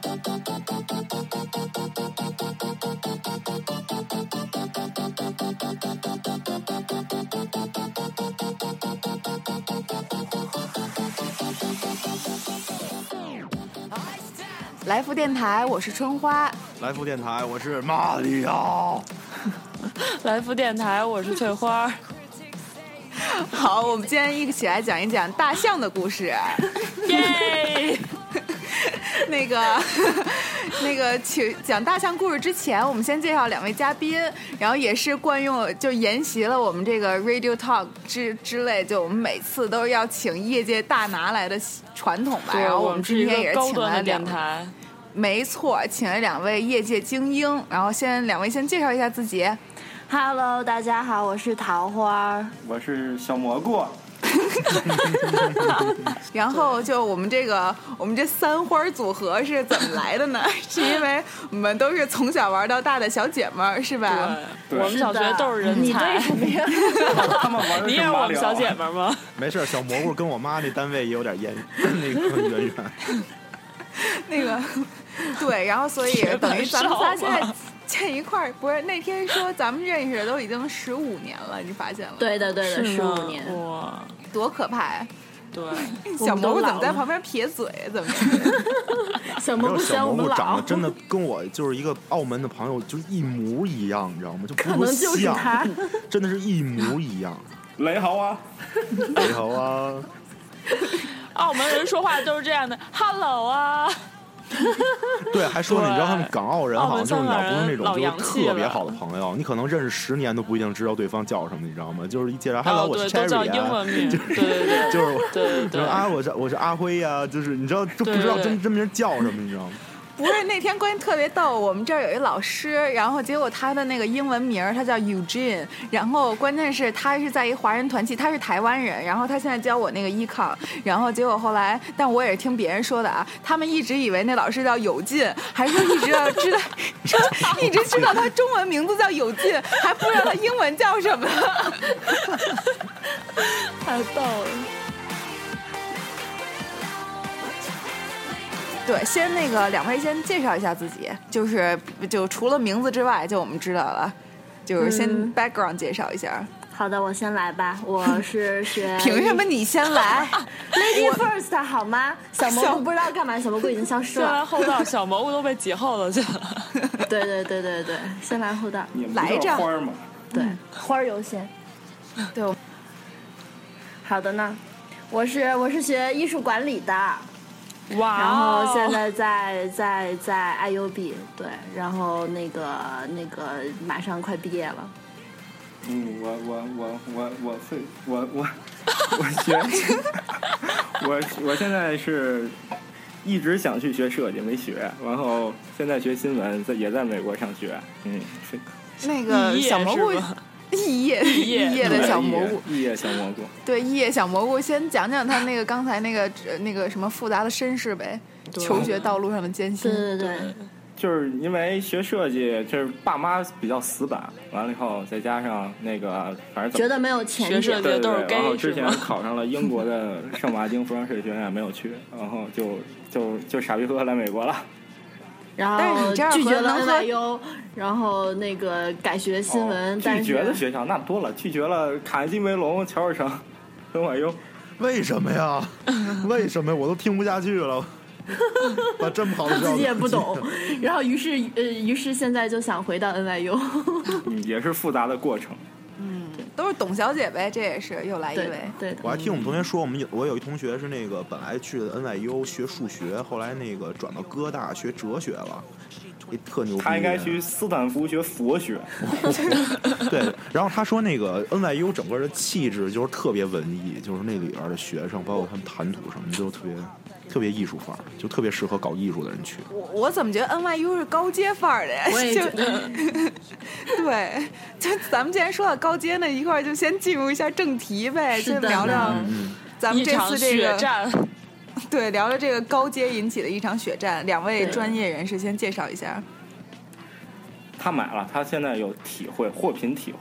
来福电台，我是春花。 来福电台，我是马里奥。 来福电台，我是翠花。 好，我们今天一起来讲一讲大象的故事。 耶！ 那个，请讲大象故事之前，我们先介绍两位嘉宾，然后也是惯用，就沿袭了我们这个 Radio Talk 之类，就我们每次都要请业界大拿来的传统吧。然后我们今天也是请了两台。没错，请了两位业界精英，然后两位先介绍一下自己。 Hello， 大家好，我是桃花， 我是小蘑菇。 然后就我们这三花组合是怎么来的呢？是因为我们都是从小玩到大的小姐妹儿，是吧？ 对，我们小学都是人才。 你对什么呀？ 他们玩的你也是我们小姐妹吗？ 没事，小蘑菇跟我妈那单位也有点渊源。 那个，对，然后所以等于咱们仨现在见一块儿，不是那天说咱们认识都已经15年了，你发现了？ 对的，15年， 哇， 多可怕呀！ 对， 小蘑菇怎么在旁边撇嘴？怎么？ 小蘑菇嫌我们老。 长得真的跟我就是一个澳门的朋友，就是一模一样，你知道吗？就不是说像，真的是一模一样。 雷豪啊， 雷豪啊！ 澳门人说话都是这样的 ，Hello 啊。 对，还说呢，你知道他们港澳人好像就是你要不是那种就是特别好的朋友，你可能认识10年都不一定知道对方叫什么，你知道吗？就是一介绍 ，Hello， 我是 Cherry 啊， 都叫英文名，对， 就是啊，我是阿辉呀，就是你知道就不知道真名叫什么，你知道吗？ 不是那天关系特别逗，我们这儿有一老师，然后结果他的那个英文名他叫 Eugene， 然后关键是他是在一华人团体，他是台湾人，然后他现在教我那个econ，然后结果后来，但我也是听别人说的啊，他们一直以为那老师叫有劲，还说一直知道他中文名字叫有劲，还不知道他英文叫什么， 太逗了。 对，先两位先介绍一下自己，就除了名字之外，就我们知道了，就是先 background 介绍一下。 好的，我先来吧，我是学。 凭什么你先来 ？Lady first 好吗？小蘑菇不知道干嘛，小蘑菇已经消失了。 先来后到，小蘑菇都被挤后头去了。 对，先来后到。 来着。 花嘛。 对，花优先。 对。 好的呢，我是学艺术管理的。 哇、 然后现在在 IUB 对，然后那个马上快毕业了。 我现在是一直想去学设计没学，然后现在学新闻，也在美国上学。 那个小蘑菇。异业的小蘑菇， 异业小蘑菇， 对，异业小蘑菇，先讲讲他那个刚才那个什么复杂的身世呗，求学道路上的艰辛。 对， 就是因为学设计，就是爸妈比较死板，完了以后再加上那个，反正觉得没有前景， 学设计都是 gay， 然后之前考上了英国的圣马丁服装设计学院，没有去，然后就傻逼呵来美国了。 然后拒绝了 NYU， 然后那个改学新闻， 拒绝的学校那多了，拒绝了卡内基梅隆、乔治城、NYU， 为什么呀？为什么我都听不下去了？把这么好的学校自己也不懂，然后于是现在就想回到 NYU， 也是复杂的过程。 都是董小姐呗，这也是又来一位。 对， 我还听我们同学说，我有一同学是那个本来去的 NYU 学数学，后来那个转到哥大学哲学了，特牛逼。 他应该去斯坦福学佛学。 对，然后他说那个 NYU 整个的气质就是特别文艺，就是那里边的学生，包括他们谈吐什么，都特别艺术范儿，就特别适合搞艺术的人去。 我怎么觉得 NYU 是高阶范儿的呀？ 我也觉得。 对，就咱们既然说到高阶呢，一块儿就先进入一下正题呗，就聊聊咱们这次这个血战。 对，聊聊这个高阶引起的一场血战。两位专业人士先介绍一下。 他买了，他现在有体会，货品体会。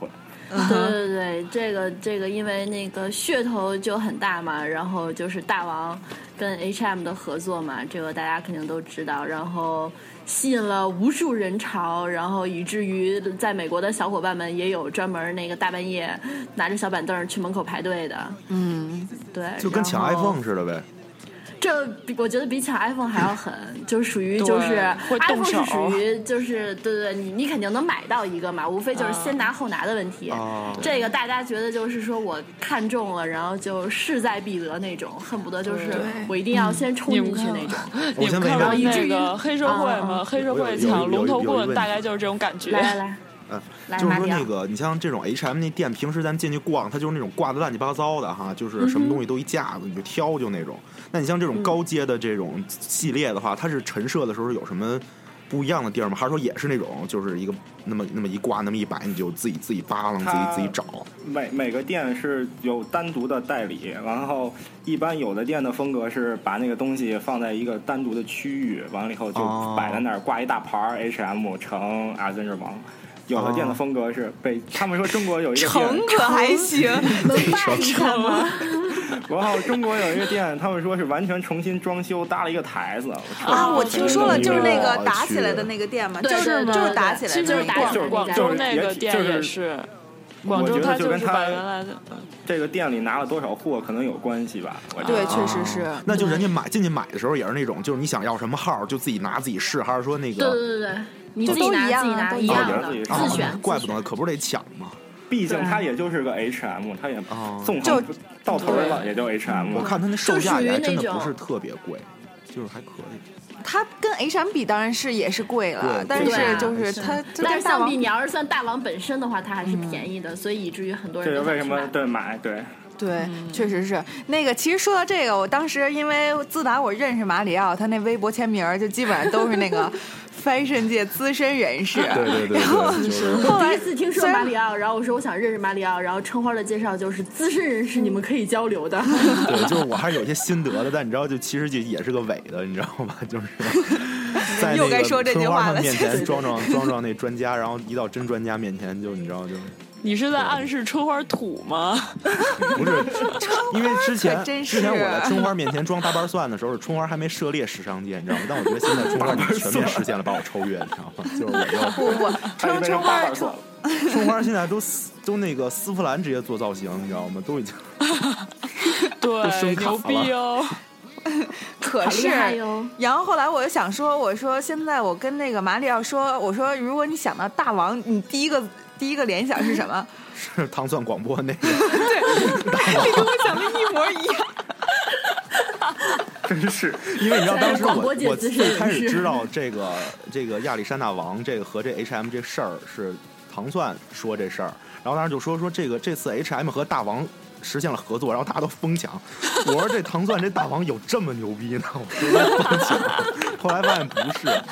对，这个因为那个噱头就很大嘛，然后就是大王跟 H&M 的合作嘛，这个大家肯定都知道，然后吸引了无数人潮，然后以至于在美国的小伙伴们也有专门那个大半夜拿着小板凳去门口排队的。对， 就跟抢 iPhone 似的呗。 这我觉得比抢 iPhone 还要狠，就属于就是 iPhone 是属于就是对，你肯定能买到一个嘛，无非就是先拿后拿的问题。这个大家觉得就是说我看中了，然后就势在必得那种，恨不得就是我一定要先冲进去那种。 你们看过那个黑社会吗？黑社会抢龙头棍，大概就是这种感觉。 来。 就是说那个，你像这种 H&M 那店，平时咱进去逛，它就是那种挂的乱七八糟的哈，就是什么东西都一架子，你就挑就那种。那你像这种高阶的这种系列的话，它是陈设的时候有什么不一样的地儿吗？还是说也是那种就是一个那么一挂那么一摆，你就自己扒拉自己找？ 每个店是有单独的代理，然后一般有的店的风格是把那个东西放在一个单独的区域，完了以后就摆在那儿挂一大牌 H&M 乘阿森之王。有的店的风格是被他们说中国有一个店成可还行， 能办一下吗？ 然后中国有一个店，他们说是完全重新装修，搭了一个台子。 我听说了，就是那个打起来的那个店嘛，就是打起来的， 就是打起来广州那个店也是。广州它就是把原来的这个店里拿了多少货可能有关系吧？ 对，确实是。 那就人家进去买的时候也是那种，就是你想要什么号就自己拿自己试，还是说那个？ 对。你自己拿一样的，自选， 怪不得，可不是得抢吗？ 毕竟它也就是个 H&M， 它也纵横到头了，也就 H&M。 我看它那售价也真的不是特别贵，就是还可以。 它跟 H&M 比当然是也是贵了，但是就是它， 但是相比你要是算大王本身的话，它还是便宜的，所以以至于很多人都为什么买对，确实是那个。其实说到这个，我当时因为自打我认识马里奥，他那微博签名就基本上都是那个fashion 界资深人士。 对。 然后后来第一次听说马里奥，然后我说我想认识马里奥，然后春花的介绍就是资深人士，你们可以交流的。 对，就是我还是有些心得的，但你知道，就其实就也是个伪的，你知道吧？就是在那个春花面前装那专家，然后一到真专家面前就你知道就。 你是在暗示春花土吗？ 不是，因为之前我在春花面前装大瓣蒜的时候，春花还没涉猎时尚界，你知道吗？但我觉得现在春花已经全面实现了把我超越，你知道吗？就是我不， 春花现在都那个丝芙兰直接做造型，你知道吗？都已经对牛逼哦。 可是，然后后来我就想说，我说现在我跟那个马里奥说，我说如果你想到大王，你第一个联想是什么？ 是糖蒜广播那个。 对，你跟我想的一模一样。 真是，因为你知道当时我最开始知道这个亚历山大王这个和这 H&M 这事儿是糖蒜说这事儿，然后当时就说这次 H&M 和大王实现了合作，然后大家都疯抢。我说这糖蒜这大王有这么牛逼呢？我实在疯抢，后来发现不是。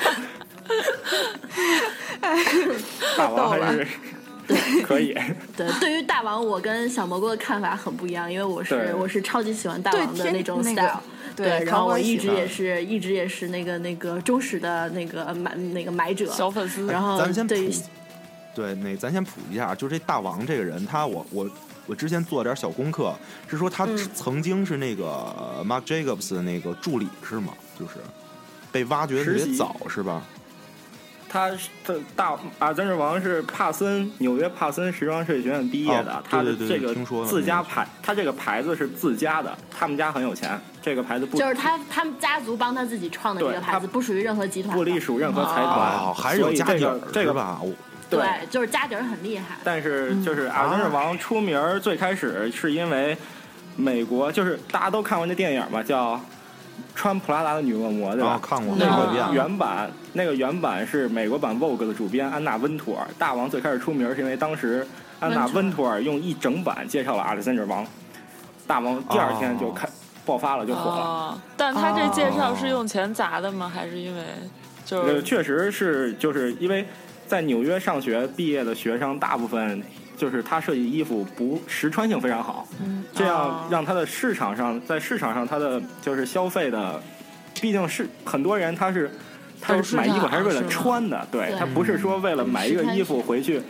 大王还是可以。 对于大王，我跟小蘑菇的看法很不一样，因为我是超级喜欢大王的那种 style。对，然后我一直也是那个忠实的那个买者小粉丝。 然后咱先咱先普及一下，就是这大王这个人，我之前做了点小功课，是说他曾经是那个 Marc Jacobs 的那个助理是吗？就是被挖掘特别早是吧？ 他的阿森之王是纽约帕森时装设计学院毕业的，他的这个自家牌，他这个牌子是自家的，他们家很有钱，这个牌子就是他们家族帮他自己创的这个牌子，不属于任何集团， 不隶属任何财团， 还是有家底儿这个吧？ 对，就是家底儿很厉害。 但是就是阿森之王出名最开始是因为美国，就是大家都看过那电影嘛，叫穿普拉达的女恶魔，对吧？ 看过。 那个原版是美国版 Vogue 的主编安娜温图尔。大王最开始出名是因为当时安娜温图尔用一整版介绍了阿里森之王，大王第二天就爆发了，就火了。 但他这介绍是用钱砸的吗？还是因为确实是，就是因为在纽约上学毕业的学生大部分就是他设计衣服实穿性非常好，这样让他的在市场上他的就是消费的，毕竟是很多人他是买衣服还是为了穿的，对，他不是说为了买一个衣服回去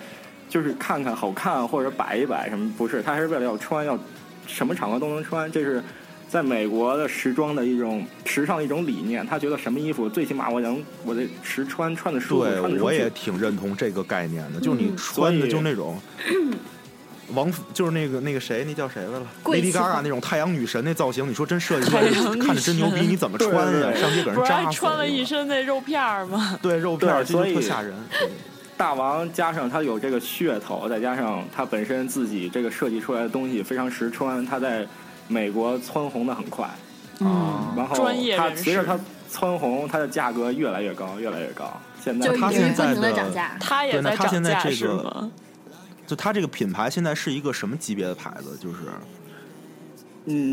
就是看看好看或者摆一摆什么，不是，他还是为了要穿，要什么场合都能穿，这是在美国的时装的一种时尚的一种理念。他觉得什么衣服最起码我得穿的舒服。 对，我也挺认同这个概念的，就是你穿的就那种。就是那个谁，那叫谁来了 ？Lady Gaga 那种太阳女神那造型，你说真设计出来看着真牛逼，你怎么穿呀？上街给人扎死。 不是穿了一身那肉片吗？ 对，肉片，所以特吓人。 大王加上他有这个噱头，再加上他本身自己这个设计出来的东西非常实穿，他在美国蹿红的很快。然后他随着他蹿红，它的价格越来越高，越来越高。现在他现在的涨价， 他也在涨价， 是吗？就它这个品牌现在是一个什么级别的牌子？就是，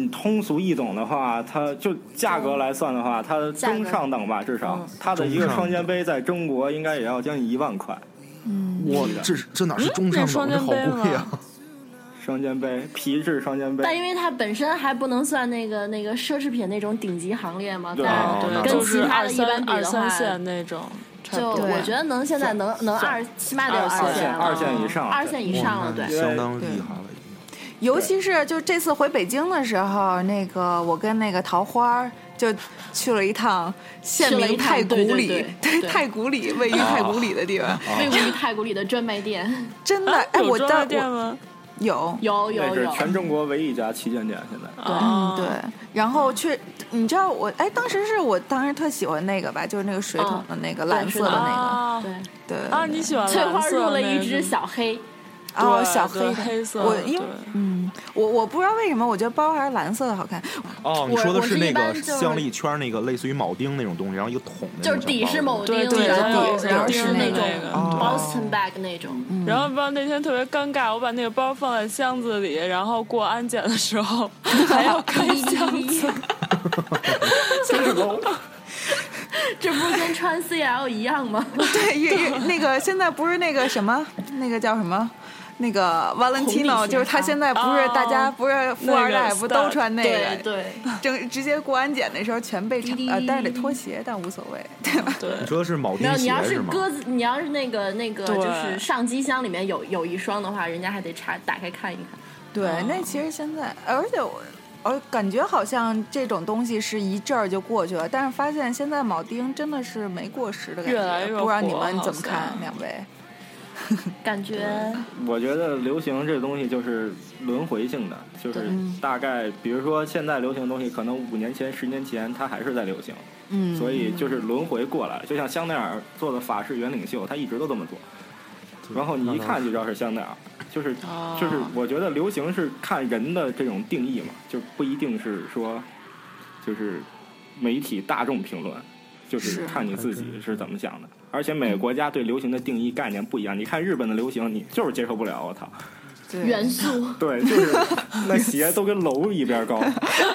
通俗易懂的话，它就价格来算的话，它中上等吧，至少它的一个双肩背在中国应该也要将近1万块。 哇，这哪是中上等？这好贵啊！ 双肩背，皮质双肩背。 但因为它本身还不能算那个奢侈品那种顶级行列嘛， 对， 跟其他的一般比的话， 二三线那种。 就我觉得现在能起码得有二线以上 ，2线以上了，对， 相当厉害了。 尤其是就这次回北京的时候，那个我跟那个桃花就去了一趟县名太古里， 对太古里位于太古里的地方， 位于太古里的专卖店， 真的，哎，我专卖店吗？ 有， 那是全中国唯一一家旗舰店，现在。对，然后你知道当时特喜欢那个吧，就是那个水桶的那个蓝色的那个， 对啊，你喜欢翠花入了一只小黑。 小黑色， 我不知道为什么，我觉得包还是蓝色的好看。 哦，你说的是那个镶了一圈那个类似于铆钉那种东西，然后一个桶， 就是底是铆钉， 然后是那种 Boston bag 那种。 然后不知道那天特别尴尬，我把那个包放在箱子里，然后过安检的时候还要开箱子， 这是楼。 这不是跟穿 CL 一样吗？ 对，那个现在不是那个什么，那个叫什么？那个 Valentino， 就是他现在不是大家不是富二代不都穿那个？ 对， 直接过安检的时候全被但是得脱鞋，但无所谓，对吧？ 对， 你说的是铆钉鞋是吗？ 你要是鸽子，你要是那个就是上机箱里面有一双的话，人家还得打开看一看。 对，那其实现在，而且我感觉好像这种东西是一阵儿就过去了，但是发现现在铆钉真的是没过时的感觉， 越来越火。 不知道你们怎么看，两位？ 感觉我觉得流行这东西就是轮回性的，就是大概比如说现在流行的东西，可能5年前、10年前它还是在流行，所以就是轮回过来。就像香奈儿做的法式圆领袖，他一直都这么做，然后你一看就知道是香奈儿。就是我觉得流行是看人的这种定义嘛，就不一定是说就是媒体大众评论，就是看你自己是怎么想的。而且每个国家对流行的定义概念不一样，你看日本的流行，你就是接受不了，我操！ 元素对，就是那鞋都跟楼一边高，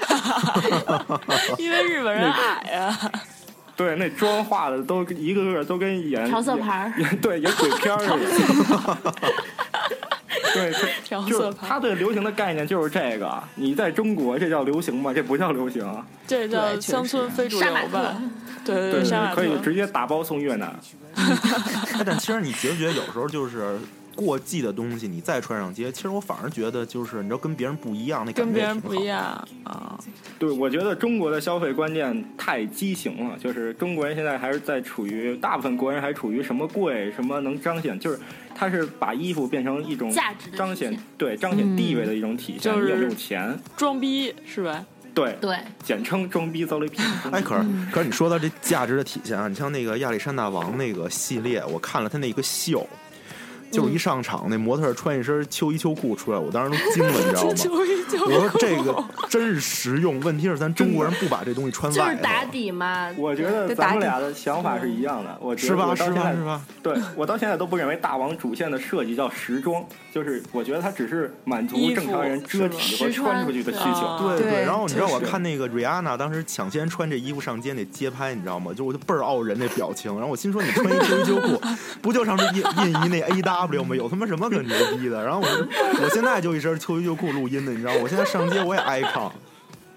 因为日本人矮呀。 对，那妆画的都一个个都跟演调色盘， 对，演鬼片似的。对，就是他对流行的概念就是这个。你在中国这叫流行吗？这不叫流行， 这叫乡村非主流吧？对， 可以直接打包送越南。 但其实你觉不觉得有时候就是过季的东西，你再穿上街，其实我反而觉得就是你知道跟别人不一样，那感觉跟别人不一样啊。 对，我觉得中国的消费观念太畸形了，就是中国人现在还是在处于大部分国人还处于什么贵什么能彰显，就是他是把衣服变成一种彰显地位的一种体现，你有没有钱？ 装逼是吧？ 对，简称装逼遭雷劈。 哎，可是你说到这价值的体现啊，你像那个亚历山大王那个系列，我看了他那个秀。就是一上场，那模特穿一身秋衣秋裤出来，我当时都惊了，你知道吗？我说这个真是实用。问题是咱中国人不把这东西穿外头， 就是打底嘛。 我觉得咱们俩的想法是一样的。我觉得我到现在是吧？ 对，我到现在都不认为大王主线的设计叫时装，就是我觉得它只是满足正常人遮体和穿出去的需求。 对。然后你知道我看那个 Rihanna 当时抢先穿这衣服上街那街拍，你知道吗？就我就倍儿傲人那表情。然后我心说你穿一秋衣秋裤，不就上次印一那 AW。没有他妈什么可牛逼的，然后我现在就一身秋衣秋裤录音的，你知道吗？我现在上街我也挨抗。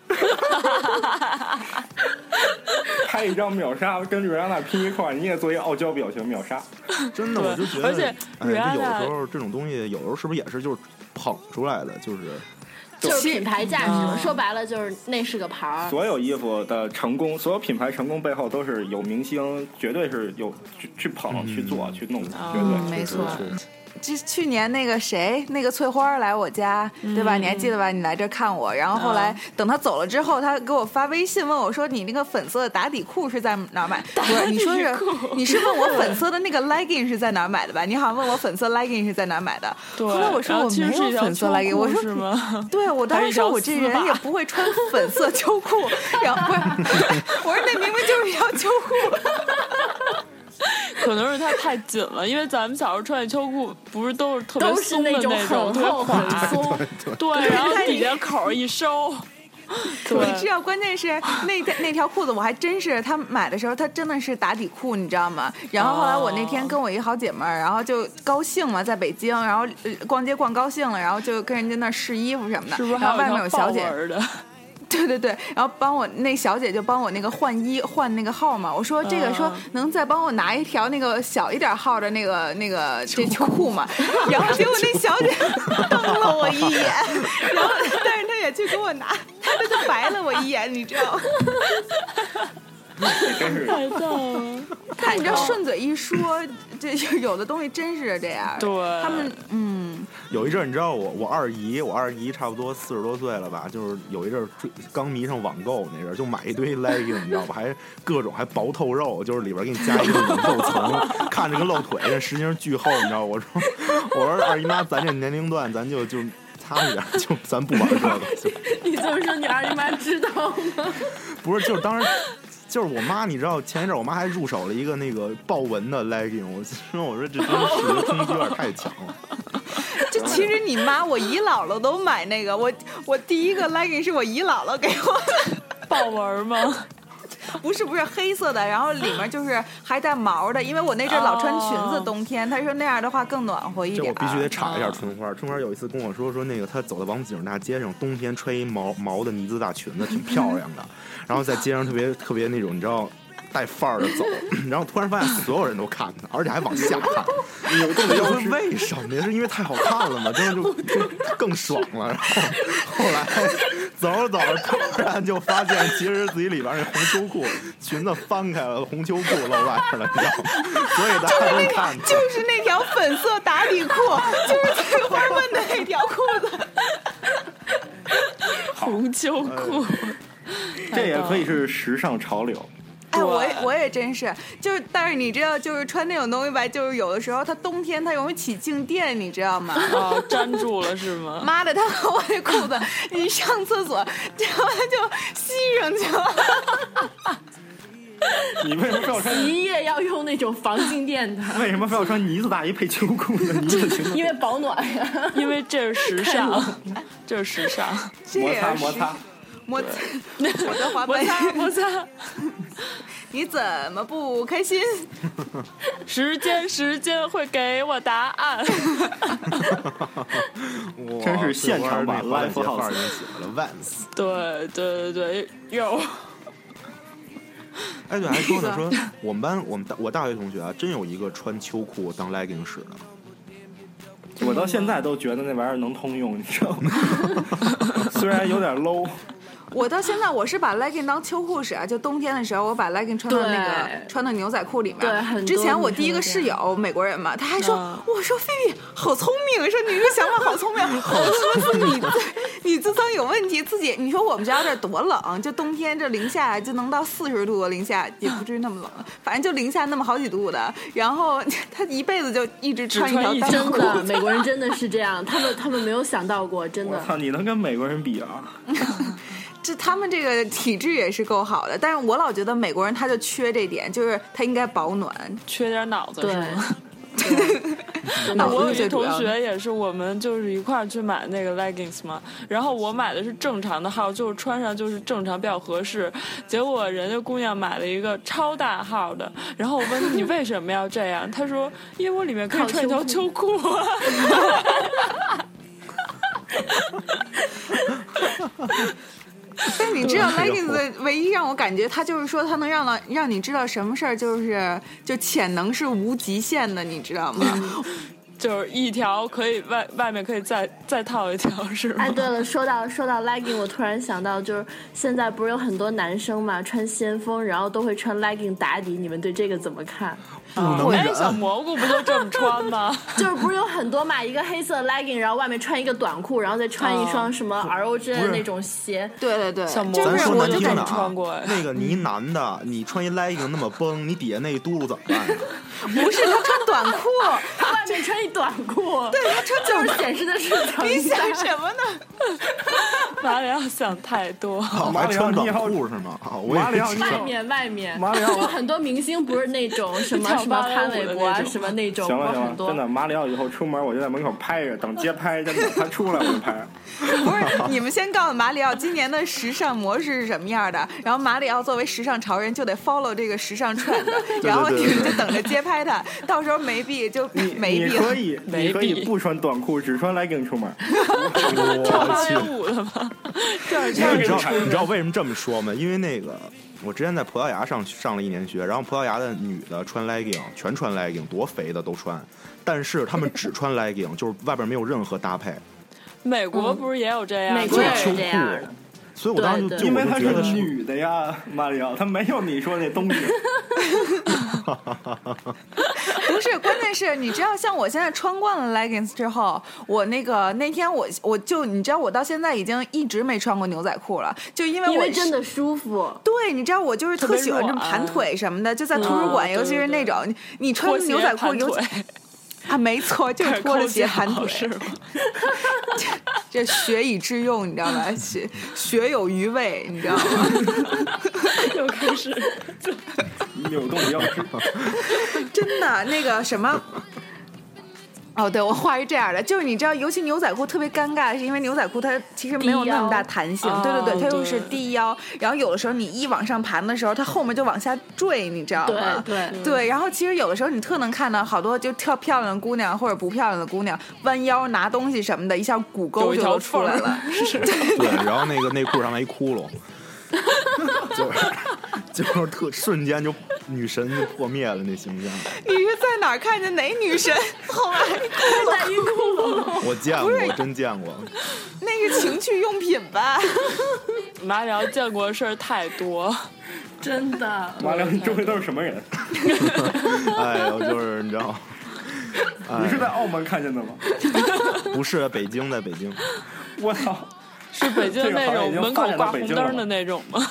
拍一张秒杀，跟瑞安娜拼一块，你也做一傲娇表情秒杀。 真的，我就觉得， 而且有的时候这种东西，有时候是不是也是就是捧出来的， 就是品牌价值嘛，说白了就是那是个牌儿。 所有衣服的成功，所有品牌成功背后都是有明星，绝对是有去捧、去做、去弄，绝对没错。去年那个谁，那个翠花来我家，对吧？你还记得吧？你来这看我，然后后来等他走了之后，他给我发微信问我说：“你那个粉色的打底裤是在哪儿买？”不是，你说是你是问我粉色的那个 legging 是在哪儿买的吧？你好像问我粉色 legging 是在哪儿买的。 对。 后来我说我没有粉色 legging， 我说是吗？ 对，我当时说我这人也不会穿粉色秋裤，然后不是，我说那明明就是一条秋裤。 可能是它太紧了，因为咱们小时候穿的秋裤不是都是特别松的那种， 很厚很松， 对，然后底下口一收。 你知道，关键是那条裤子我还真是他买的时候，他真的是打底裤，你知道吗？然后后来我那天跟我一好姐妹儿，然后就高兴嘛，在北京，然后逛街逛高兴了，然后就跟人家那试衣服什么的， 是不是然后外面有小姐的。 对对对，然后帮我那小姐就帮我那个换那个号嘛，我说这个说能再帮我拿一条那个小一点号的那个这秋裤嘛，然后结果那小姐瞪了我一眼，然后但是她也去给我拿，她就白了我一眼，你知道吗？ 真是太逗了。 但你知道顺嘴一说，这有的东西真是这样。 对， 他们有一阵你知道我二姨差不多40多岁了吧，就是有一阵刚迷上网购那阵，就买一堆 legging， 你知道吧，还各种还薄透肉，就是里边给你加一个肉层，看着跟露腿，但实际上巨厚，你知道。我说二姨妈，咱这年龄段咱就擦一点，就咱不玩这个。 你这么说，你二姨妈知道吗？ 不是，就是当时。就是我妈，你知道前一阵我妈还入手了一个那个豹纹的 legging， 我说这真是视觉冲击有点太强了。 这其实你妈我姨姥姥都买那个，我第一个 legging 是我姨姥姥给我的。 豹纹吗？ 不是黑色的，然后里面就是还带毛的，因为我那阵老穿裙子，冬天她说那样的话更暖和一点。 这我必须得插一下春花。春花有一次跟我说那个她走在王府井大街上，冬天穿一毛的呢子大裙子，挺漂亮的，然后在街上特别那种你知道带范儿的走，然后突然发现所有人都看他，而且还往下看。有动作是为什么呀？是因为太好看了嘛，真的就更爽了。然后后来走着走着，突然就发现其实自己里边那红秋裤裙子翻开了，红秋裤露外边了，你知道吗？所以大家都看。 就是那条粉色打底裤，就是翠花问的那条裤子。 红秋裤， 这也可以是时尚潮流。 哎，我也真是，就是，但是你知道，就是穿那种东西吧，就是有的时候它冬天它容易起静电，你知道吗？ 哦，粘住了是吗？ 妈的，他和我那裤子一上厕所，然后它就吸上去了。 你为什么非要穿？ 洗衣液要用那种防静电的。 为什么非要穿呢子大衣配秋裤呢？呢子裙子。 因为保暖呀。 因为这是时尚，这是时尚。 摩擦。 我的滑板摩擦， 你怎么不开心？ 时间会给我答案。 真是现场版 Live House 已经写了 Vans。 对，有。 哎，对，还说呢，说我们班我大学同学啊，真有一个穿秋裤当 legging 使的。 我到现在都觉得那玩意儿能通用，你知道吗？虽然有点 low。 我到现在我是把 legging 当秋裤使啊，就冬天的时候我把 legging 穿到牛仔裤里面。 对， 之前我第一个室友美国人嘛，他还说，我说菲比好聪明，说你这想法好聪明。我说你自称有问题，自己你说我们家这多冷，就冬天这零下就能到40度，零下也不至于那么冷，反正就零下那么好几度的。然后他一辈子就一直穿一条单裤。 真的，美国人真的是这样，他们没有想到过，真的。 我操，你能跟美国人比啊？ 他们这个体质也是够好的，但是我老觉得美国人他就缺这点，就是他应该保暖， 缺点脑子是吗？ 那我有一同学也是，我们就是一块儿去买那个 leggings 嘛，然后我买的是正常的号，就是穿上就是正常比较合适，结果人家姑娘买了一个超大号的，然后我问你为什么要这样，她说因为我里面可以穿一条秋裤。 但你知道 leggings 唯一让我感觉它就是说它能让你知道什么事儿，就潜能是无极限的，你知道吗？ 就是一条可以外面可以再套一条，是吗？ 哎，对了，说到 legging， 我突然想到，就是现在不是有很多男生嘛，穿先锋，然后都会穿 legging 打底，你们对这个怎么看？ 小蘑菇不就这么穿吗？ 就是不是有很多嘛，一个黑色 legging， 然后外面穿一个短裤，然后再穿一双什么 ROG 的那种鞋。 对对对， 小蘑菇咱说难听的穿过。 那个你男的，你穿一 legging 那么崩，你底下那一嘟噜怎么办？ 不是他穿短裤， 他外面穿一短裤， 对他穿就是显示的是你想什么呢？ 马里奥想太多， 还穿短裤是吗？ 马里奥外面， 马里奥有很多明星不是那种什么潘玮柏啊什么那种， 行了行了， 真的马里奥以后出门我就在门口拍着，等街拍，等他出来我就拍。 不是，你们先告诉马里奥今年的时尚模式是什么样的，然后马里奥作为时尚潮人就得 follow 这个时尚 trend， 然后你们就等着街拍他，到时候没币就没币。 你可以不穿短裤，只穿 legging 出门。 跳芭蕾舞了吗？ 你知道为什么这么说吗？因为那个我之前在葡萄牙上了1年学，然后葡萄牙的女的穿 legging， 全穿 legging， 多肥的都穿，但是她们只穿 legging， 就是外边没有任何搭配。 美国不是也有这样？ 美国也是这样的。 所以我当时就因为她是女的呀，马里奥，她没有你说那东西。 不是，关键是你知道，像我现在穿惯了 leggings 之后，我那天我就你知道，我到现在已经一直没穿过牛仔裤了，就因为真的舒服。 对，你知道我就是特喜欢这么盘腿什么的，就在图书馆，尤其是那种你穿牛仔裤尤其。啊，没错，就是拖着鞋盘腿， 是吗？ 这学以致用，你知道吧？学有余味，你知道吗？ 又开始扭动腰肢， 真的那个什么。哦，对，我话是这样的，就是你知道，尤其牛仔裤特别尴尬，是因为牛仔裤它其实没有那么大弹性，对对对，它又是低腰，然后有的时候你一往上盘的时候，它后面就往下坠，你知道吗？对，然后其实有的时候你特能看到好多就跳漂亮的姑娘或者不漂亮的姑娘弯腰拿东西什么的，一下骨沟就出来了， 对，然后那个内裤上来一窟窿。就是特瞬间就女神就破灭了那形象。 你是在哪儿看见哪女神后来在一窟窿？ 我见过，真见过。 那是情趣用品吧？ 马里奥见过的事儿太多， 真的。 马里奥，你周围都是什么人？ 哎呦，就是你知道。 你是在澳门看见的吗？ 不是，北京，在北京。 我操！ 是北京那种门口挂红灯的那种吗？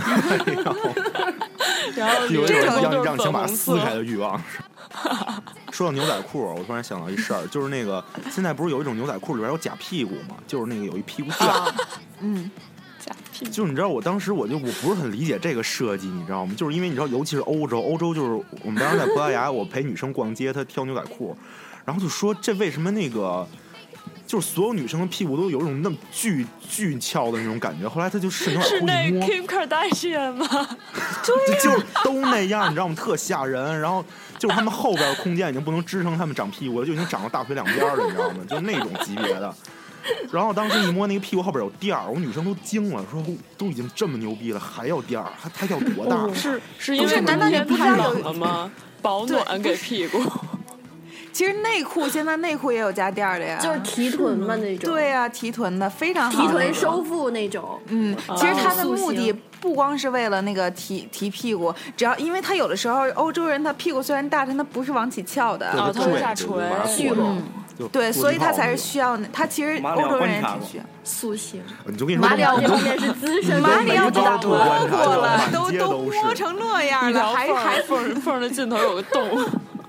然后有这种让你想把它撕开的欲望。说到牛仔裤，我突然想到一事儿，就是那个现在不是有一种牛仔裤里边有假屁股吗？就是那个有一屁股垫。 假屁股。 就是你知道，我当时我不是很理解这个设计，你知道吗？就是因为你知道，尤其是欧洲就是我们当时在葡萄牙，我陪女生逛街，她挑牛仔裤，然后就说这为什么那个。就是所有女生的屁股都有一种那么巨翘的那种感觉，后来他就试牛仔裤一摸， 是那 Kim Kardashian 吗？ 就是都那样，你知道吗？特吓人。然后就是他们后边空间已经不能支撑他们长屁股了，就已经长到大腿两边了，你知道吗？就是那种级别的。然后当时一摸那个屁股后边有垫儿，我女生都惊了，说都已经这么牛逼了，还要垫儿，还要多大？ 是因为难道你不知道冷了吗？保暖给屁股。 其实内裤现在内裤也有加垫的呀， 就是提臀嘛那种。 对呀，提臀的非常好， 提臀收腹那种。 其实它的目的不光是为了那个提屁股，只要因为它有的时候欧洲人他屁股虽然大，但他不是往起翘的， 他往下垂， 蓄拢。 对，所以他才是需要。他其实欧洲人也挺需要塑形。 你就跟你说， 马里奥这方面是资深， 马里奥都摸过了，都摸成那样了，还缝的尽头有个洞。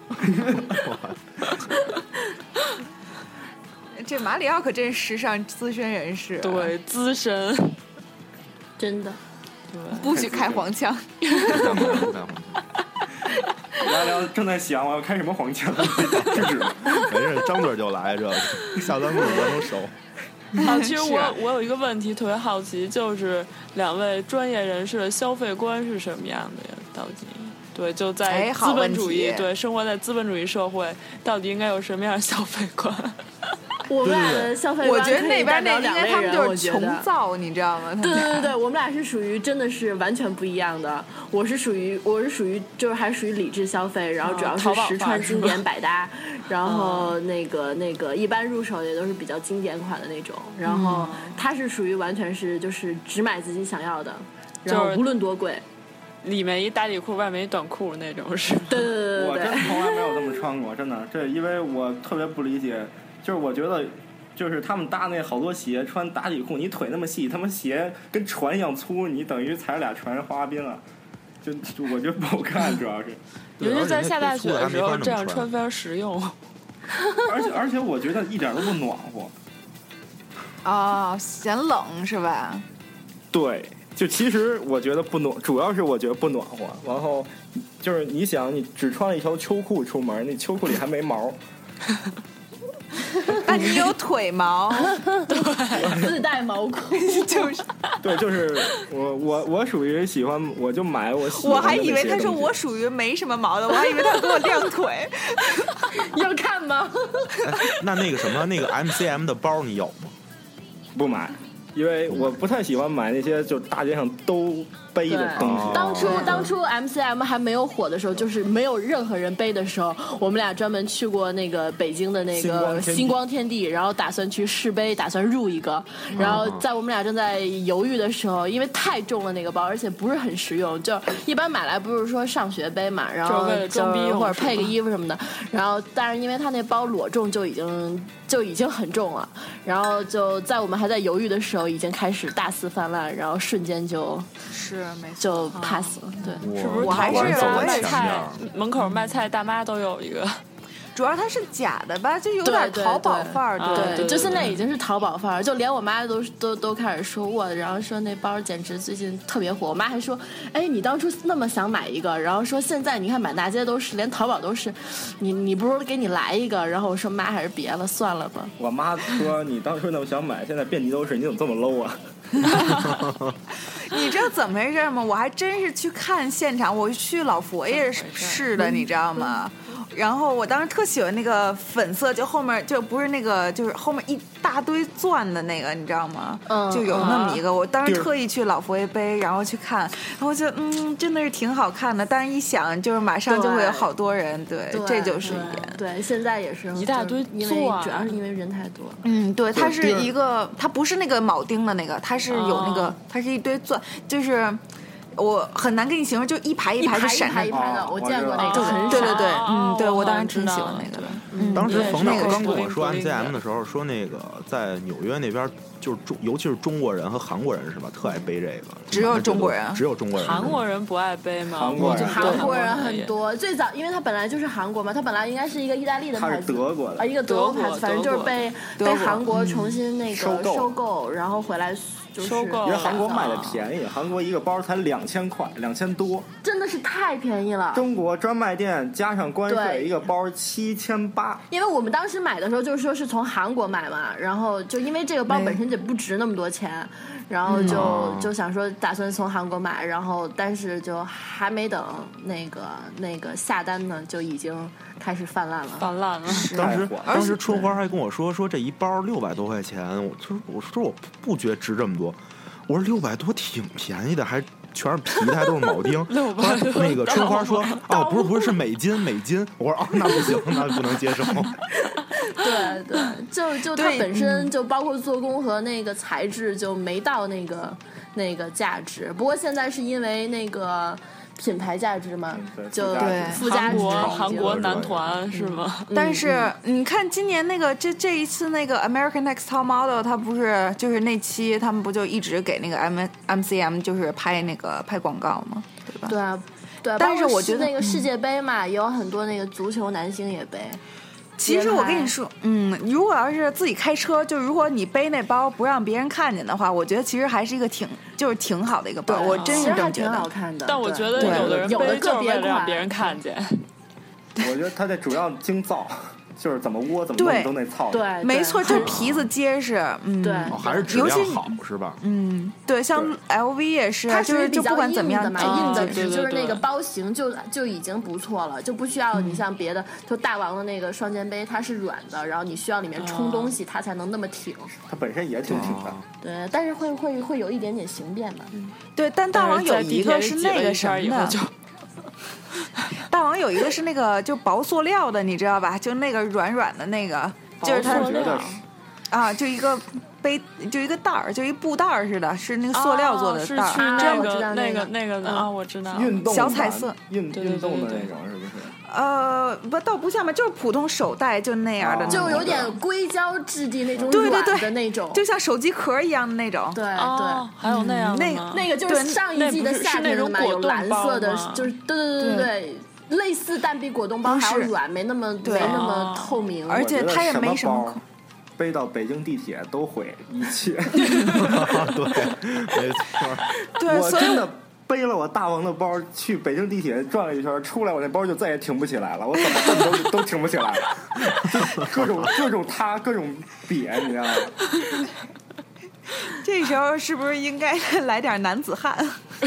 这马里奥可真是时尚资深人士， 对，资深， 真的， 对， 不许开黄腔。 马里奥正在想我要开什么黄腔，制止。 没事，张嘴就来，这下三路我都熟。 其实我有一个问题特别好奇，就是两位专业人士的消费观是什么样的呀？到底？对，就在资本主义，对，生活在资本主义社会，到底应该有什么样的消费观？ 我们俩的消费观， 我觉得那边那应该他们就是穷造，你知道吗？ 对，我们俩是属于真的是完全不一样的。我是属于就是还属于理智消费，然后主要是实穿经典百搭，然后那个一般入手也都是比较经典款的那种。然后他是属于完全是就是只买自己想要的，然后无论多贵。 里面一打底裤，外面一短裤那种是。 对， 我真从来没有这么穿过，真的。这因为我特别不理解，就是我觉得，就是他们搭那好多鞋穿打底裤，你腿那么细，他们鞋跟船一样粗，你等于踩俩船滑冰啊。就我觉得不好看，主要是。 尤其在下大雪的时候，这样穿非常实用。 而且我觉得一点都不暖和。 哦，嫌冷是吧？ 对。就其实我觉得不暖，主要是我觉得不暖和。然后就是你想，你只穿了一条秋裤出门，那秋裤里还没毛。 但你有腿毛， 对，自带毛裤， 就是。 对，就是我属于喜欢，我就买我喜欢。 我还以为他说我属于没什么毛的，我还以为他给我晾腿。 要看吗？ 那个什么，那个 MCM 的包你有吗？ 不买。因为我不太喜欢买那些就大街上都背的东西。 当初 MCM 还没有火的时候，就是没有任何人背的时候，我们俩专门去过那个北京的那个星光天地，然后打算去试背，打算入一个。然后在我们俩正在犹豫的时候，因为太重了那个包，而且不是很实用，就一般买来不是说上学背嘛，然后装逼或者配个衣服什么的。然后但是因为他那包裸重就已经很重了，然后就在我们还在犹豫的时候，已经开始大肆泛滥，然后瞬间就 pass 了。对， 是不是？ 我还是卖菜门口卖菜大妈都有一个。 主要它是假的吧，就有点淘宝范儿。 对，就现在已经是淘宝范儿，就连我妈都开始说我，然后说那包简直最近特别火。我妈还说，哎，你当初那么想买一个，然后说现在你看满大街都是，连淘宝都是，你不如给你来一个。然后我说妈，还是别了，算了吧。 我妈说你当初那么想买，现在遍地都是，你怎么这么 low 啊？ 你知道怎么回事吗？我还真是去看现场，我去老佛爷试的，你知道吗？然后我当时特喜欢那个粉色，就后面就不是那个，就是后面一大堆钻的那个，你知道吗？就有那么一个。我当时特意去老佛爷杯，然后去看，然后就真的是挺好看的。但是一想，就是马上就会有好多人，对，这就是一点。 对，现在也是一大堆钻， 主要是因为人太多。 对，它是一个，它不是那个铆钉的那个，它是有那个，它是一堆钻，就是。我很难跟你形容，就一排一排的闪着， 一排的，我见过那个， 对，对，我当时挺喜欢那个的。 当时冯导刚跟我说 MCM 的时候，说那个在纽约那边，就是尤其是中国人和韩国人是吧，特爱背这个。 只有中国人， 只有中国人。 韩国人不爱背吗？ 韩国人很多。最早，因为他本来就是韩国嘛，他本来应该是一个意大利的牌子， 他是德国的一个德国牌子，反正就是被韩国重新那个收购，然后回来。 收购， 因为韩国卖的便宜，韩国一个包才2000块，2000多， 真的是太便宜了。 中国专卖店加上关税，一个包7800。 因为我们当时买的时候就是说是从韩国买嘛，然后就因为这个包本身就不值那么多钱，然后就想说打算从韩国买，然后但是就还没等那个下单呢，就已经开始泛滥了。 当时春花还跟我说这一包600多块钱，我说我不觉得值这么多，我说600多挺便宜的，还全是皮的，还都是铆钉。那个春花说不是是美金，我说那不行，那不能接受。 对，就它本身就包括做工和那个材质就没到那个价值，不过现在是因为那个。品牌价值嘛，就附加值。 韩国男团是吗？ 但是你看今年那个这一次那个 American Next Top Model， 他不是就是那期他们不就一直给那个 MCM 就是拍广告吗？对吧？ 对。但是我觉得那个世界杯嘛，也有很多那个足球男星也背。 其实我跟你说，如果要是自己开车，就如果你背那包不让别人看见的话，我觉得其实还是一个挺好的一个包。我真是这么觉得。 挺好看的。 但我觉得有的人背就是为了让别人看见。 我觉得他这主要精造， 就是怎么窝怎么弄都那操。 对， 没错，就是皮子结实， 对， 还是质量好是吧？ 对，像 LV 也是， 它就是就不管怎么样嘛，硬的就是那个包型就已经不错了，就不需要你像别的，就大王的那个双肩背，它是软的，然后你需要里面冲东西，它才能那么挺。 它本身也挺挺的。 对，但是会有一点点形变嘛。 对，但大王有一个是那个什么的。大王有一个是那个就薄塑料的，你知道吧？就那个软软的那个，就是它啊，就一个背，就一个袋儿，就一布袋儿似的，是那个塑料做的袋儿。 那个的啊，我知道。 运动小彩色， 运动的那种是不是？ 不，倒不像吧，就是普通手袋，就那样的， 就有点硅胶质地那种软的那种， 就像手机壳一样的那种。 对对，还有那样的那个就是上一季的夏天嘛，有蓝色的，就是对，类似蛋碧果冻包，还有软，没那么透明， 而且它也没什么。 背到北京地铁都会一切。 对，没错。 对， 我真的背了我大王的包去北京地铁转了一圈，出来我那包就再也挺不起来了，我怎么动都挺不起来了，各种塌，各种瘪，你知道吗？ 这时候是不是应该来点男子汉？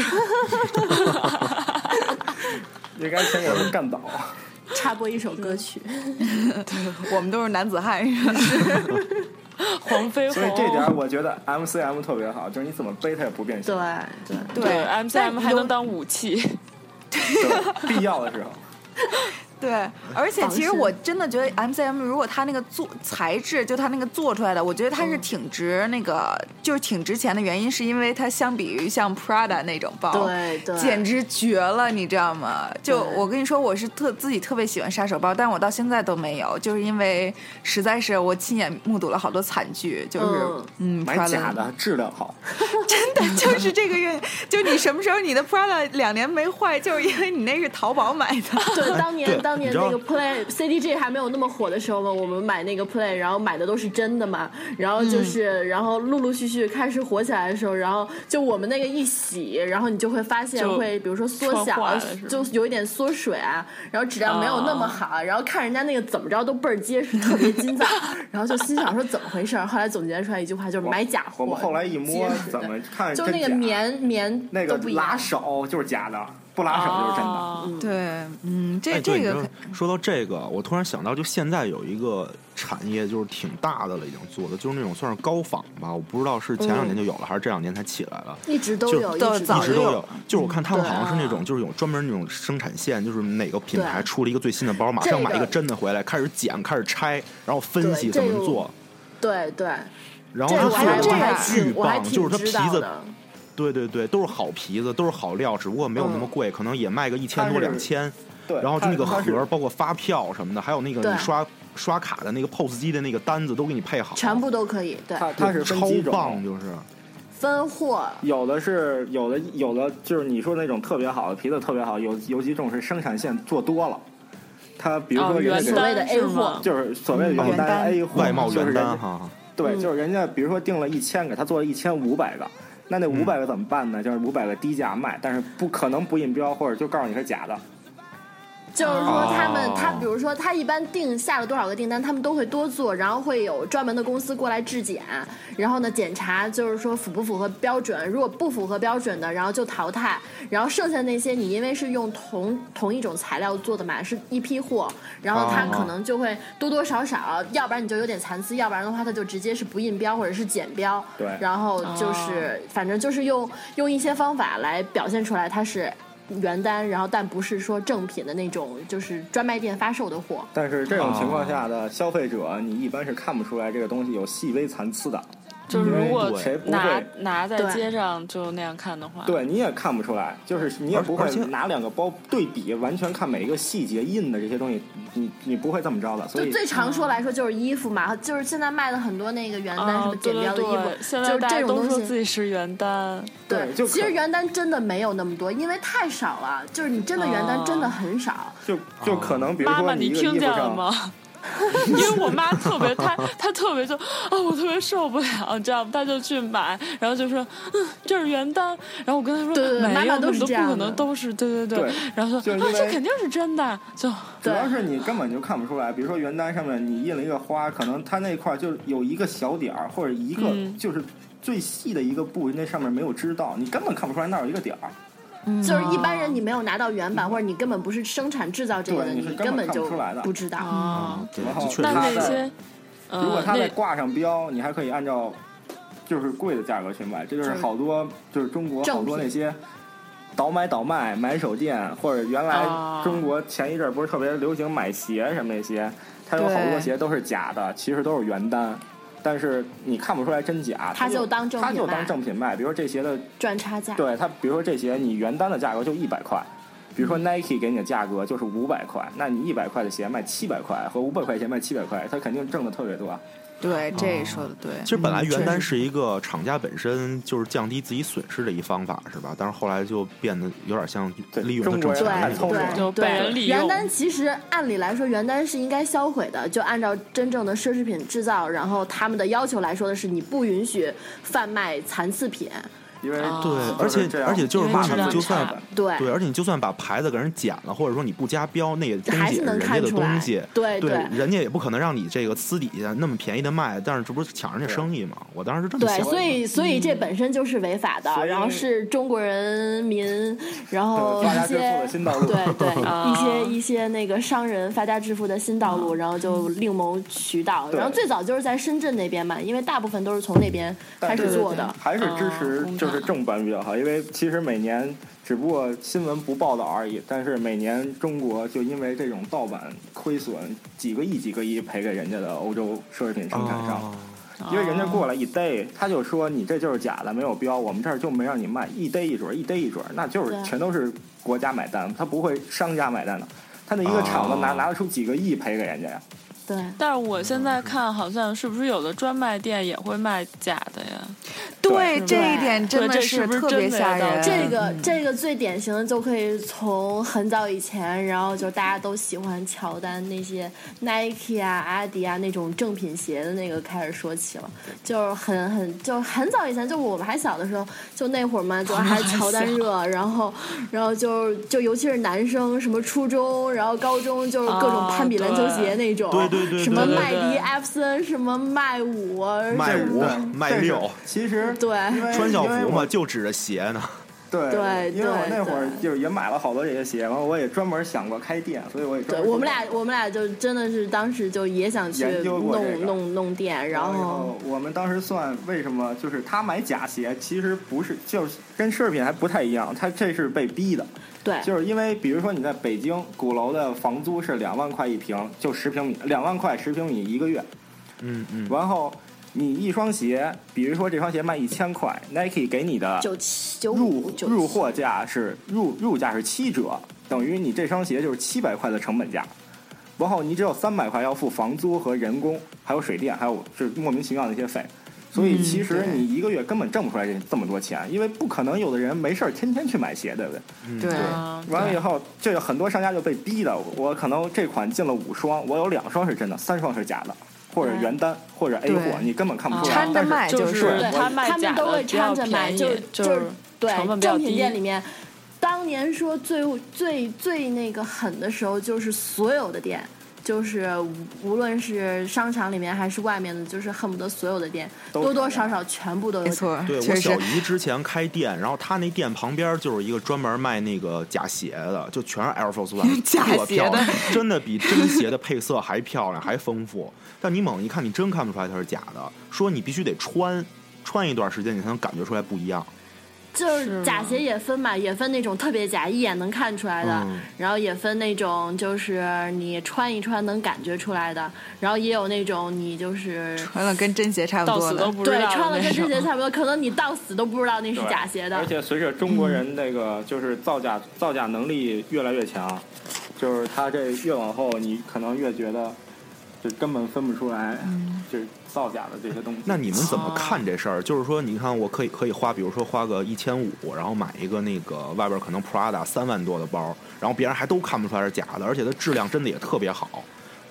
应该先给他们干倒。 插播一首歌曲， 我们都是男子汉， 黄飞鸿。 所以这点我觉得 MCM 特别好，就是你怎么背它也不变形。 对 MCM 还能当武器， 对，必要的时候。 对，而且其实我真的觉得 MCM 如果它那个材质，就它那个做出来的，我觉得它是挺值那个，就是挺值钱的原因，是因为它相比于像 Prada 那种包， 对， 简直绝了，你知道吗？就我跟你说，我是自己特别喜欢杀手包，但我到现在都没有，就是因为实在是我亲眼目睹了好多惨剧，就是买假的质量好， 真的就是这个月，就你什么时候你的 Prada 2年没坏，就是因为你那是淘宝买的。 对，当年那个 Play CDJ 还没有那么火的时候嘛，我们买那个 Play， 然后买的都是真的嘛，然后然后陆陆续续开始火起来的时候，然后就我们那个一洗，然后你就会发现会比如说缩小，就有一点缩水啊，然后质量没有那么好，然后看人家那个怎么着都倍儿结实，特别筋造，然后就心想说怎么回事？后来总结出来一句话，就是买假货。 我们后来一摸，怎么看就那个棉那个拉手就是假的。不拉手就是真的。 对，这个说到这个，我突然想到，就现在有一个产业就是挺大的了，已经做的就是那种算是高仿吧，我不知道是前2年就有了，还是这2年才起来了。 一直都有， 一直都有。就是我看他们好像是那种，就是有专门那种生产线，就是哪个品牌出了一个最新的包，马上买一个真的回来，开始剪，开始拆，然后分析怎么做。 对。 然后它做的巨棒，就是它皮子。对，都是好皮子，都是好料，只不过没有那么贵，可能也卖个1000多2000。 对， 然后就那个盒，包括发票什么的，还有那个你刷卡的那个 POS 机的那个单子都给你配好， 全部都可以。对， 它是超棒，就是分货。 有的就是你说那种特别好的皮子特别好，有几种是生产线做多了。它比如说所谓的 A 货， 就是所谓的原单 A 货， 外贸原单哈。 对，就是人家比如说订了1000个，他做了1500个。那500个怎么办呢？就是500个低价卖，但是不可能不印标，或者就告诉你是假的。 就是说他比如说他一般下了多少个订单，他们都会多做，然后会有专门的公司过来质检，然后呢检查就是说符不符合标准，如果不符合标准的，然后就淘汰，然后剩下那些你因为是用同一种材料做的嘛，是一批货，然后他可能就会多多少少，要不然你就有点残次，要不然的话他就直接是不印标或者是减标。 对， 然后就是反正就是用一些方法来表现出来它是原单，然后但不是说正品的那种，就是专卖店发售的货。 但是这种情况下的消费者，你一般是看不出来这个东西有细微残次的。 就是如果谁不会拿在街上就那样看的话， 对，你也看不出来，就是你也不会拿2个包对比，完全看每一个细节印的这些东西，你不会这么着的。所以就最常说来说就是衣服嘛，就是现在卖的很多那个原单什么剪标的衣服， 现在大家都说自己是原单。 对， 其实原单真的没有那么多，因为太少了，就是你真的原单真的很少。 就可能比如说妈妈，你听见了吗？ 因为我妈特别，她特别就我特别受不了，你知道吗？她就去买，然后就说这是原单，然后我跟她说对没有， 妈妈都是不这样的可能都是对，然后说这肯定是真的，就主要是你根本就看不出来，比如说原单上面你印了一个花，可能它那块就有一个小点儿，或者一个就是最细的一个部，那上面没有织到，你根本看不出来那有一个点儿。 就是一般人你没有拿到原版，或者你根本不是生产制造这个的， 你根本就不知道。 然后那些， 如果他再挂上标，你还可以按照就是贵的价格去卖。这就是好多就是中国好多那些倒买倒卖买手店，或者原来中国前一阵不是特别流行买鞋什么那些，它有好多鞋都是假的，其实都是原单。但是你看不出来真假， 他就当正品卖。比如说这鞋的赚差价， 对他，比如说这鞋你原单的价格就100块，比如说 Nike 给你的价格就是500块，那你100块的鞋卖700块，和500块钱卖700块，他肯定挣的特别多。 对，这说的对。 其实本来原单是一个厂家本身就是降低自己损失的一方法，是吧？但是后来就变得有点像利用的挣钱， 就被人利用。 原单其实按理来说，原单是应该销毁的，就按照真正的奢侈品制造，然后他们的要求来说的是，你不允许贩卖残次品。 因为对，而且就是说，你就算对， 而且你就算把牌子给人剪了，或者说你不加标，那也东西人家的东西， 对， 人家也不可能让你这个私底下那么便宜的卖，但是这不是抢人家生意吗？我当时是这么想的。 对，所以这本身就是违法的，然后是中国人民，然后一些对一些那个商人发家致富的新道路，然后就另谋渠道，然后最早就是在深圳那边嘛，因为大部分都是从那边开始做的， 还是支持就是正版比较好，因为其实每年只不过新闻不报道而已，但是每年中国就因为这种盗版亏损几个亿赔给人家的欧洲奢侈品生产商，因为人家过来一逮，他就说你这就是假的，没有标，我们这儿就没让你卖，一逮一准，那就是全都是国家买单，他不会商家买单的，他那一个厂子拿得出几个亿赔给人家呀。 对， 但是我现在看好像是不是有的专卖店也会卖假的呀？ 对，这一点真的是特别吓人。 这个最典型的就可以从很早以前，然后就大家都喜欢乔丹那些 Nike 啊、阿迪啊那种正品鞋的那个开始说起了，就是很早以前，就我们还小的时候，就那会儿嘛，就还乔丹热，然后就尤其是男生，什么初中，然后高中就是各种攀比篮球鞋那种。 对， 什么麦迪艾弗森，什么麦五、 麦六， 其实对穿校服嘛，就指着鞋呢。 对，因为我那会儿就是也买了好多这些鞋，然后我也专门想过开店，所以我也对我们俩就真的是当时就也想去弄店，然后我们当时算为什么就是他买假鞋，其实不是就是跟奢侈品还不太一样，他这是被逼的。 对， 就是因为比如说你在北京鼓楼的房租是2万块一平，就10平米，2万块10平米一个月。然后你一双鞋，比如说这双鞋卖1000块 ，Nike 给你的入货价是入价是7折，等于你这双鞋就是700块的成本价。然后你只有300块要付房租和人工，还有水电，还有就是莫名其妙的一些费。所以其实你一个月根本挣不出来这么多钱，因为不可能有的人没事天天去买鞋，对不对？ 对。 完了以后，这个很多商家就被逼的。我可能这款进了5双，我有2双是真的，3双是假的，或者原单，或者 A 货，你根本看不出来。 掺着卖就是他们都会掺着卖，就是对正品店里面。当年说最那个狠的时候，就是所有的店。就是无论是商场里面还是外面的，就是恨不得所有的店多多少少全部都有。 没错， 对，我小姨之前开店，然后她那店旁边就是一个专门卖那个假鞋的，就全是 Air Force One， 特漂亮，真的比真鞋的配色还漂亮还丰富。但你猛一看，你真看不出来它是假的，说你必须得穿一段时间，你才能感觉出来不一样。 就是假鞋也分嘛，也分那种特别假，一眼能看出来的，然后也分那种就是你穿一穿能感觉出来的，然后也有那种你就是穿了跟真鞋差不多的， 对，穿了跟真鞋差不多，可能你到死都不知道那是假鞋的。 而且随着中国人那个就是造假能力越来越强，就是他这越往后，你可能越觉得就根本分不出来，就是造假的这些东西。 那你们怎么看这事儿？就是说，你看，我可以花，比如说花个1500，然后买一个那个外边可能 Prada 3万多的包，然后别人还都看不出来是假的，而且它质量真的也特别好。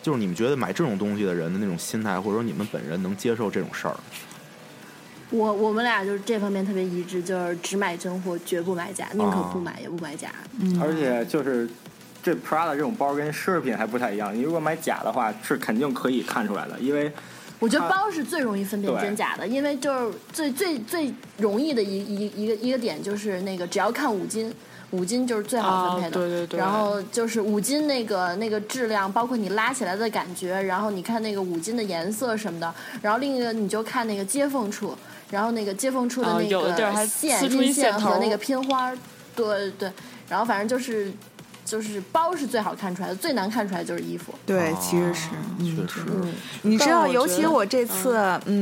就是你们觉得买这种东西的人的那种心态，或者说你们本人能接受这种事儿？ 我们俩就是这方面特别一致，就是只买真货，绝不买假，宁可不买也不买假。 而且就是这 Prada 这种包跟奢侈品还不太一样，你如果买假的话，是肯定可以看出来的，因为我觉得包是最容易分辨真假的，因为就是最容易的一个点就是那个只要看五金就是最好分配的， 对。 然后就是五金那个质量，包括你拉起来的感觉，然后你看那个五金的颜色什么的，然后另一个你就看那个接缝处，然后那个接缝处的那个印线和那个拼花，对，然后反正就是包是最好看出来的，最难看出来就是衣服。 对，其实是， 确实。 你知道，尤其我这次，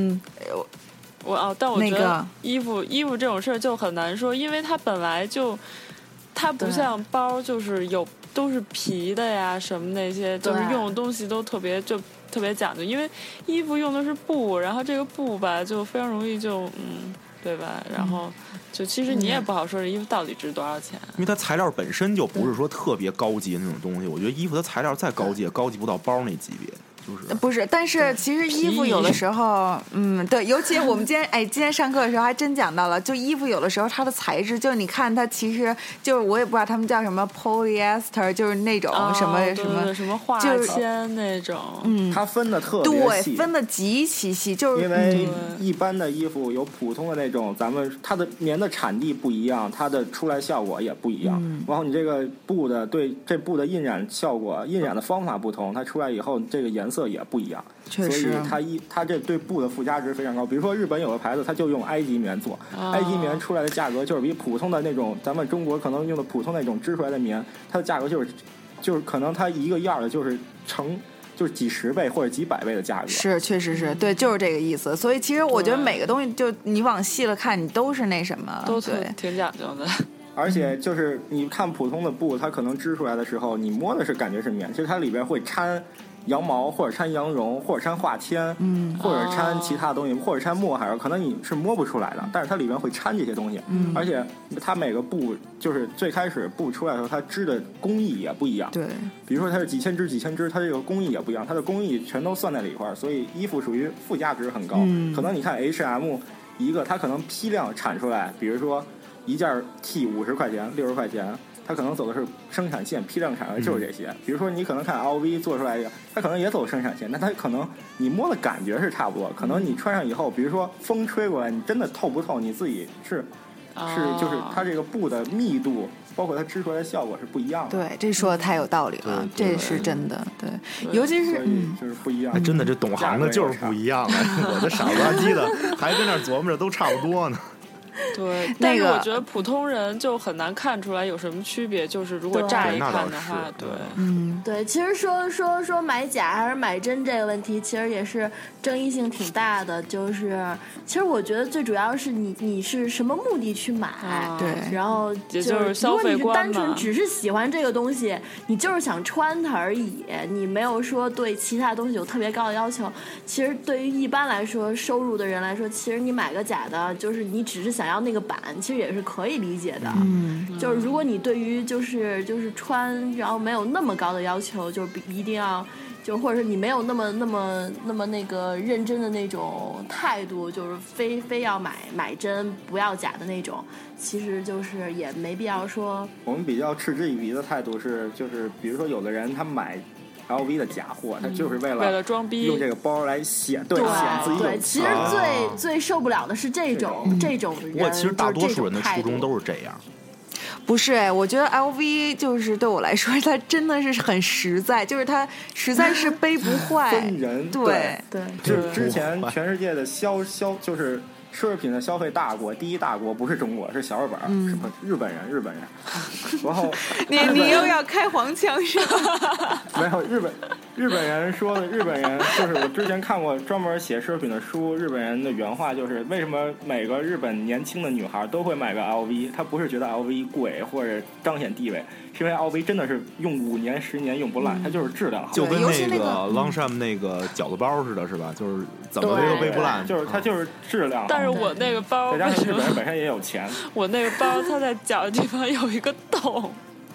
但我觉得衣服这种事儿就很难说，因为它本来就。它不像包，就是都是皮的呀，什么那些，就是用的东西都特别讲究。因为衣服用的是布，然后这个布吧就非常容易对吧？然后就其实你也不好说这衣服到底值多少钱， 因为它材料本身就不是说特别高级的那种东西。我觉得衣服它材料再高级，也高级不到包那级别。 不是，但是其实衣服有的时候，对，尤其我们今天上课的时候还真讲到了，就衣服有的时候它的材质，就是你看它其实就是我也不知道他们叫什么 polyester， 就是那种什么化纤那种， 它分的特别细， 对，分的极其细，就是因为一般的衣服有普通的那种，它的棉的产地不一样，它的出来效果也不一样，然后你这个布的对这布的印染效果、印染的方法不同，它出来以后这个颜色也不一样， 确实， 所以它这对布的附加值非常高。比如说日本有个牌子，它就用埃及棉做，埃及棉出来的价格就是比普通的那种咱们中国可能用的普通那种织出来的棉，它的价格就是可能它一个样的就是就是几十倍或者几百倍的价格。 是，确实是对，就是这个意思。所以其实我觉得每个东西就你往细了看，你都是那什么， 都对， 挺讲究的。 而且就是你看普通的布，它可能织出来的时候，你摸的是感觉是棉，其实它里边会掺羊毛或者掺羊绒或者掺化纤，或者掺其他东西，或者掺墨海，可能你是摸不出来的，但是它里面会掺这些东西，而且它每个布就是最开始布出来的时候，它织的工艺也不一样， 对， 比如说它是几千只，它这个工艺也不一样，它的工艺全都算在了一块儿，所以衣服属于附加值很高，可能你看 H&M 一个它可能批量产出来，比如说一件 T 50块钱60块钱，它可能走的是生产线，批量产的就是这些。比如说你可能看 LV 做出来一个，它可能也走生产线，但它可能你摸的感觉是差不多，可能你穿上以后，比如说风吹过来，你真的透不透，你自己就是它这个布的密度，包括它织出来的效果是不一样的。 对，这说的太有道理了，这是真的。对，尤其是就是不一样。 真的，这懂行的就是不一样我这傻不拉几的还跟那琢磨着都差不多呢。 对，但是我觉得普通人就很难看出来有什么区别，就是如果乍一看的话，对， 对，其实说买假还是买真这个问题，其实也是争议性挺大的。就是其实我觉得最主要是你是什么目的去买， 对， 然后就是消费观嘛。 如果你是单纯只是喜欢这个东西，你就是想穿它而已，你没有说对其他东西有特别高的要求。其实对于一般来说收入的人来说，其实你买个假的，就是你只是想要那个版，其实也是可以理解的。就是如果你对于就是穿，然后没有那么高的要求，就是一定要，就或者是你没有那么那个认真的那种态度，就是非要买真不要假的那种，其实就是也没必要说。 我们比较嗤之以鼻的态度是，就是比如说有的人他买LV 的假货，他就是为了装逼， 用这个包来显自己有钱。 对，其实最受不了的是这种人。 我其实大多数人的初衷都是这样。 不是我觉得 LV 就是对我来说，它真的是很实在，就是它实在是背不坏。 分人， 对， 就是之前全世界的就是奢侈品的消费大国，第一大国不是中国，是小日本，是日本人。然后你又要开黄腔是吧？ 没有，日本人说的，日本人就是我之前看过专门写奢侈品的书，日本人的原话就是为什么每个日本年轻的女孩都会买个 LV， 她不是觉得 LV 贵或者彰显地位，是因为 LV 真的是用5年10年用不烂，它就是质量好， 就跟那个 Longchamp 那个饺子包似的，是吧？就是怎么背都背不烂， 就是它就是质量好。 但是我那个包， 再加上日本人本身也有钱， 我那个包它在脚的地方有一个洞。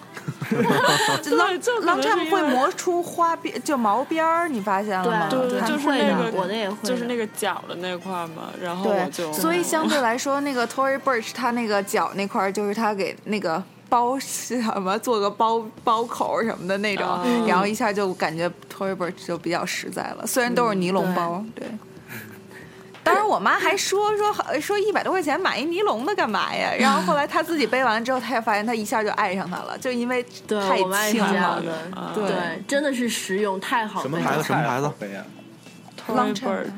Longchamp 会磨出花边，就毛边儿，你发现了吗？ 对， 就是那个我的也会， 就是那个脚的那块嘛。然后我就， 所以相对来说，那个 Tory Burch 他那个脚那块就是他给那个包什么做个包口什么的那种，然后一下就感觉 Tory Burch 就比较实在了，虽然都是尼龙包，对。当时我妈还说100多块钱买一尼龙的干嘛呀？然后后来她自己背完之后，她也发现她一下就爱上它了，就因为太轻了。 对，真的是实用，太好。 什么牌子？什么牌子 ？Tory Burch。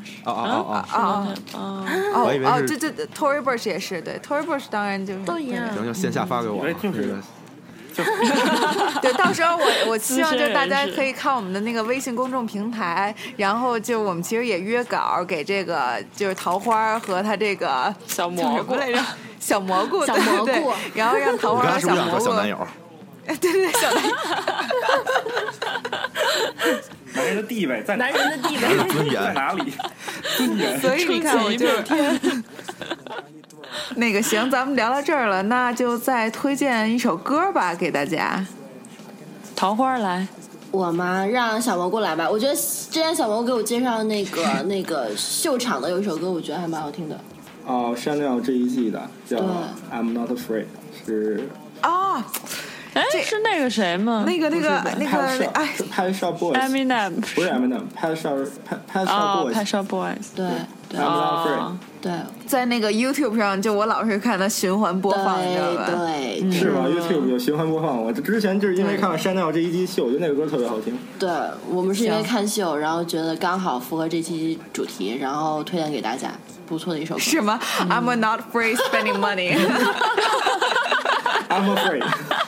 这 Tory Burch 也是对 Tory Burch 当然就是都一样。 行，线下发给我。 对，到时候我希望就大家可以看我们的那个微信公众平台，然后就我们其实也约稿给这个就是桃花和他这个小蘑菇来着，小蘑菇，对，然后让桃花和小蘑菇， 小男友， 对，小男友。 男人的地位在哪？ 男人的地位尊严在哪里？尊严。 所以你看，我就那个行，咱们聊到这儿了，那就再推荐一首歌吧，给大家。 桃花来， 我吗？让小蘑菇来吧。我觉得之前小蘑菇给我介绍那个秀场的有一首歌，我觉得还蛮好听的。 哦，Chanel 这一季的叫 I'm Not Afraid， 是啊。 哎，是那个谁吗？ 那个哎 Pet Shop Boys，Eminem 不是 Eminem，Pet Shop Boys，Pet Shop Boys， 对 ，I'm Not Afraid， 对， 在那个 YouTube 上，就我老是看它循环播放，你知道吧？ 对， 是吧 ？YouTube 有循环播放，我之前就是因为看了 Chanel 这一季秀，我觉得那个歌特别好听。 对，我们是因为看秀，然后觉得刚好符合这期主题，然后推荐给大家，不错的一首歌。 是吗？I'm not afraid spending money 。 I'm afraid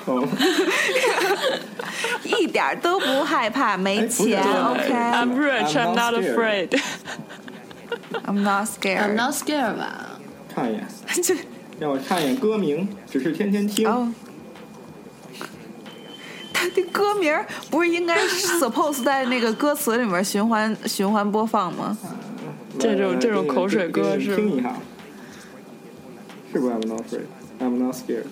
一点都不害怕没钱 ，OK。I'm rich, I'm not afraid. I'm not scared. I'm not scared 吧？ 看一眼，让我看一眼歌名，只是天天听。 他的歌名不是应该 suppose 在那个歌词里面循环播放吗？ 这种口水歌是听一下，是不是 I'm not afraid? I'm not scared.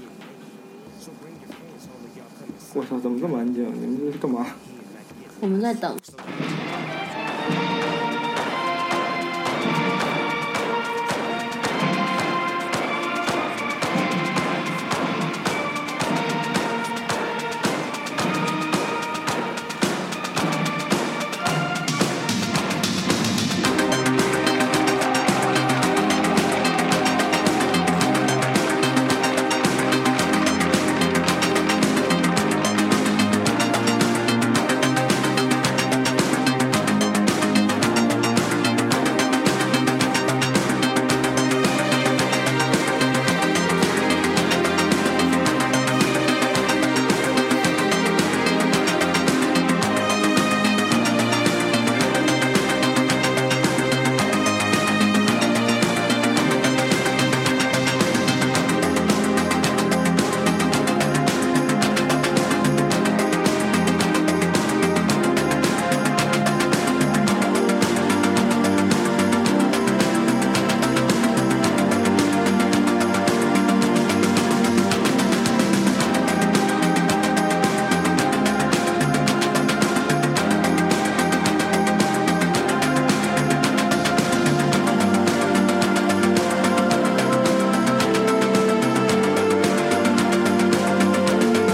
我操，怎么这么安静？你们这是干嘛？ 我们在等。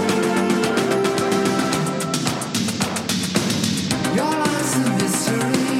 Your life's a mystery.